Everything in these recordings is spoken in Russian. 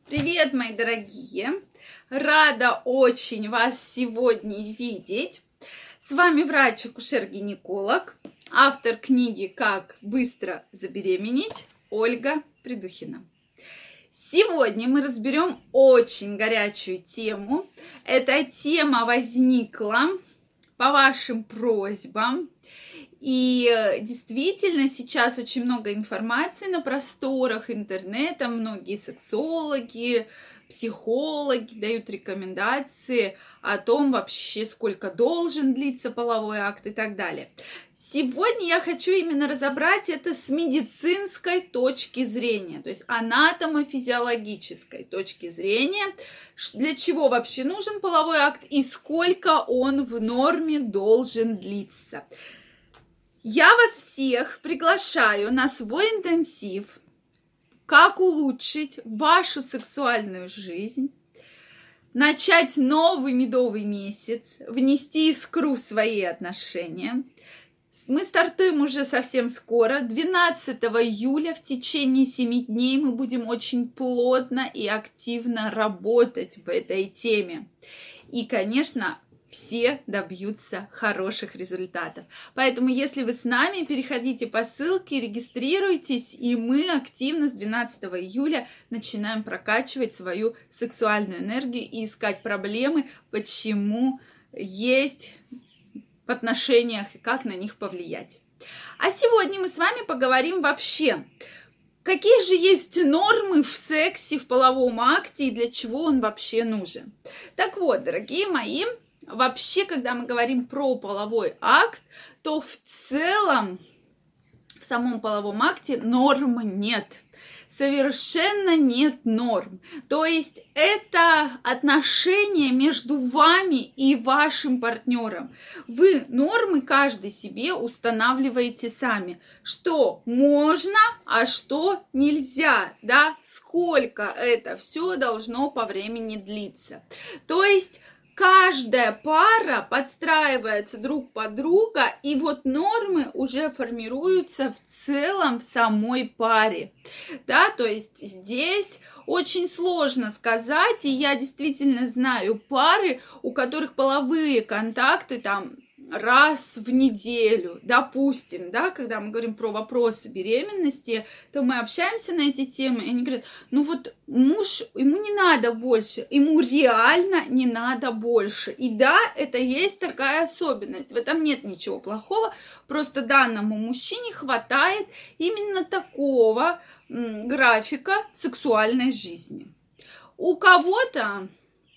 Привет, мои дорогие! Рада очень вас сегодня видеть. С вами врач-акушер-гинеколог, автор книги «Как быстро забеременеть» Ольга Придухина. Сегодня мы разберем очень горячую тему. Эта тема возникла по вашим просьбам. И действительно, сейчас очень много информации на просторах интернета. Многие сексологи, психологи дают рекомендации о том вообще, сколько должен длиться половой акт и так далее. Сегодня я хочу именно разобрать это с медицинской точки зрения, то есть анатомо-физиологической точки зрения, для чего вообще нужен половой акт и сколько он в норме должен длиться. Я вас всех приглашаю на свой интенсив «Как улучшить вашу сексуальную жизнь», начать новый медовый месяц, внести искру в свои отношения. Мы стартуем уже совсем скоро, 12 июля, в течение 7 дней мы будем очень плотно и активно работать в этой теме. И, конечно, все добьются хороших результатов. Поэтому, если вы с нами, переходите по ссылке, регистрируйтесь, и мы активно с 12 июля начинаем прокачивать свою сексуальную энергию и искать проблемы, почему есть в отношениях и как на них повлиять. А сегодня мы с вами поговорим вообще, какие же есть нормы в сексе, в половом акте и для чего он вообще нужен. Так вот, дорогие мои, вообще, когда мы говорим про половой акт, то в целом в самом половом акте норм нет. Совершенно нет норм. То есть это отношения между вами и вашим партнером. Вы нормы каждый себе устанавливаете сами. Что можно, а что нельзя, да? Сколько это все должно по времени длиться. То есть каждая пара подстраивается друг под друга, и вот нормы уже формируются в целом в самой паре. Да, то есть здесь очень сложно сказать, и я действительно знаю пары, у которых половые контакты там раз в неделю, допустим, да, когда мы говорим про вопросы беременности, то мы общаемся на эти темы, и они говорят, ну вот муж, ему не надо больше, ему реально не надо больше. И да, это есть такая особенность, в этом нет ничего плохого, просто данному мужчине хватает именно такого графика сексуальной жизни. У кого-то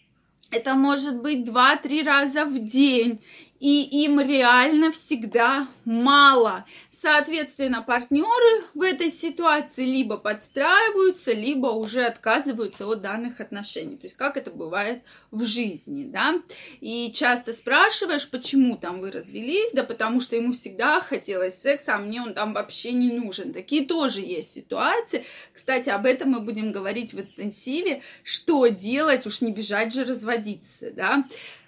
это может быть 2-3 раза в день, и им реально всегда мало. Соответственно, партнеры в этой ситуации либо подстраиваются, либо уже отказываются от данных отношений. То есть, как это бывает в жизни, да. И часто спрашиваешь, почему там вы развелись, да потому что ему всегда хотелось секса, а мне он там вообще не нужен. Такие тоже есть ситуации. Кстати, об этом мы будем говорить в интенсиве, что делать, уж не бежать же разводиться, да.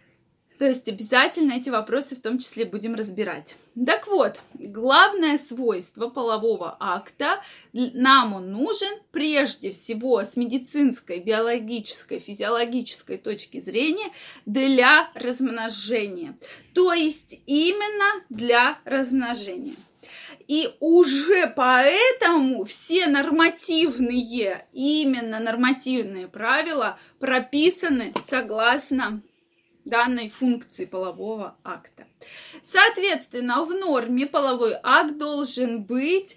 То есть обязательно эти вопросы в том числе будем разбирать. Так вот, главное свойство полового акта, нам он нужен прежде всего с медицинской, биологической, физиологической точки зрения для размножения. То есть именно для размножения. И уже поэтому все нормативные, именно нормативные правила прописаны согласно данной функции полового акта. Соответственно, в норме половой акт должен быть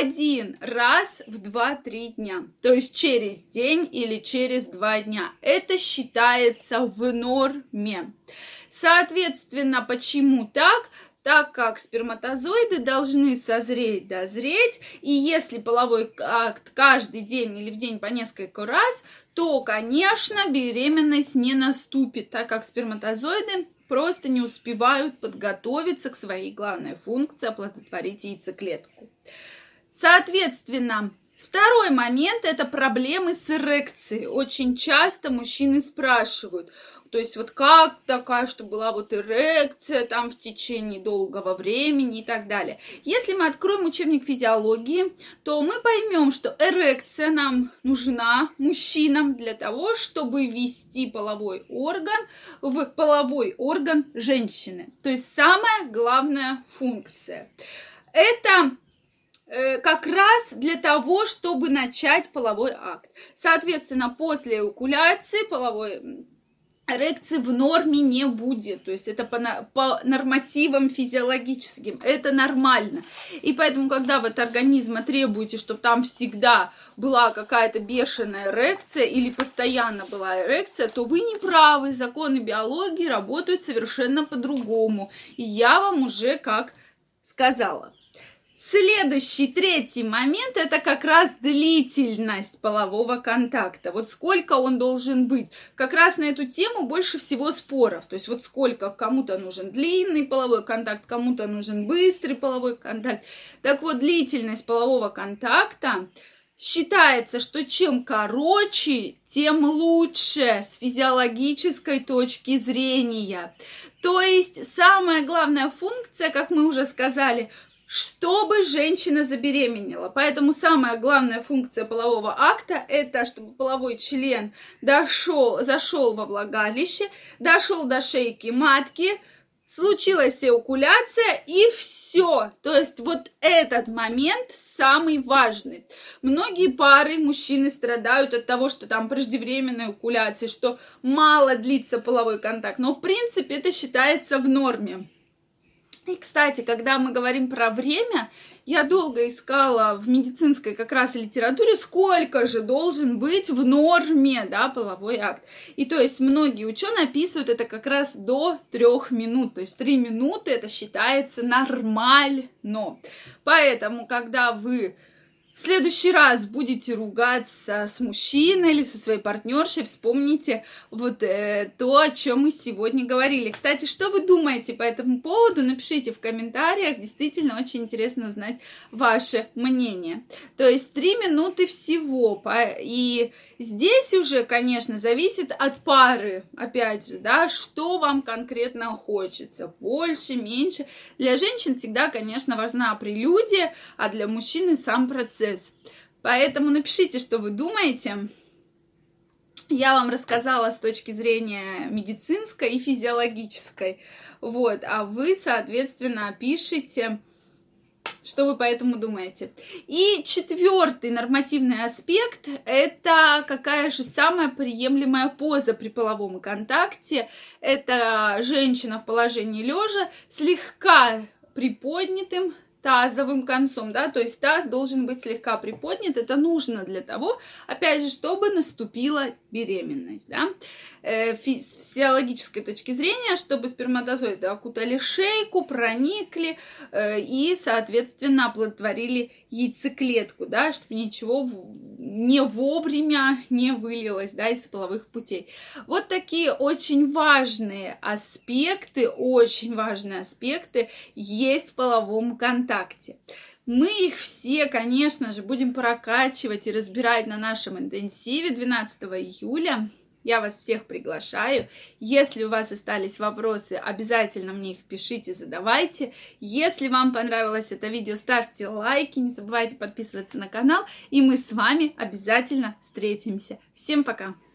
1 раз в 2-3 дня, то есть через день или через 2 дня. Это считается в норме. Соответственно, почему так? Так как сперматозоиды должны созреть, дозреть, и если половой акт каждый день или в день по несколько раз, то, конечно, беременность не наступит, так как сперматозоиды просто не успевают подготовиться к своей главной функции – оплодотворить яйцеклетку. Соответственно, Второй момент – это проблемы с эрекцией. Очень часто мужчины спрашивают, то есть вот как такая, что была вот эрекция там в течение долгого времени и так далее. Если мы откроем учебник физиологии, то мы поймем, что эрекция нам нужна мужчинам для того, чтобы ввести половой орган в половой орган женщины. То есть самая главная функция. Это как раз для того, чтобы начать половой акт. Соответственно, после эякуляции половой эрекции в норме не будет, то есть это по нормативам физиологическим, это нормально. И поэтому, когда вы от организма требуете, чтобы там всегда была какая-то бешеная эрекция или постоянно была эрекция, то вы не правы, законы биологии работают совершенно по-другому. И я вам уже как сказала. Следующий, третий момент, это как раз длительность полового контакта. Вот сколько он должен быть. Как раз на эту тему больше всего споров. То есть вот сколько кому-то нужен длинный половой контакт, кому-то нужен быстрый половой контакт. Так вот, длительность полового контакта считается, что чем короче, тем лучше с физиологической точки зрения. То есть самая главная функция, как мы уже сказали, чтобы женщина забеременела. Поэтому самая главная функция полового акта – это чтобы половой член зашел во влагалище, дошел до шейки матки, случилась эякуляция и все. То есть вот этот момент самый важный. Многие пары, мужчины страдают от того, что там преждевременная эякуляция, что мало длится половой контакт. Но в принципе это считается в норме. И, кстати, когда мы говорим про время, я долго искала в медицинской как раз литературе, сколько же должен быть в норме, да, половой акт. И то есть многие ученые описывают это как раз до 3 минут. То есть 3 минуты это считается нормально. Поэтому, когда вы в следующий раз будете ругаться с мужчиной или со своей партнершей, вспомните вот то, о чем мы сегодня говорили. Кстати, что вы думаете по этому поводу? Напишите в комментариях. Действительно, очень интересно узнать ваше мнение. То есть 3 минуты всего. И здесь уже, конечно, зависит от пары. Опять же, да, что вам конкретно хочется. Больше, меньше. Для женщин всегда, конечно, важна прелюдия, а для мужчины сам процесс. Поэтому напишите, что вы думаете. Я вам рассказала с точки зрения медицинской и физиологической. Вот, а вы, соответственно, пишите, что вы по этому думаете. И 4-й нормативный аспект – это какая же самая приемлемая поза при половом контакте. Это женщина в положении лежа слегка приподнятым тазовым концом, да, то есть таз должен быть слегка приподнят, это нужно для того, опять же, чтобы наступила беременность, да, с физиологической точки зрения, чтобы сперматозоиды окутали шейку, проникли и, соответственно, оплодотворили яйцеклетку, да, чтобы ничего не вовремя не вылилось, да, из половых путей. Вот такие очень важные аспекты есть в половом контакте. Мы их все, конечно же, будем прокачивать и разбирать на нашем интенсиве 12 июля. Я вас всех приглашаю. Если у вас остались вопросы, обязательно мне их пишите, задавайте. Если вам понравилось это видео, ставьте лайки, не забывайте подписываться на канал. И мы с вами обязательно встретимся. Всем пока!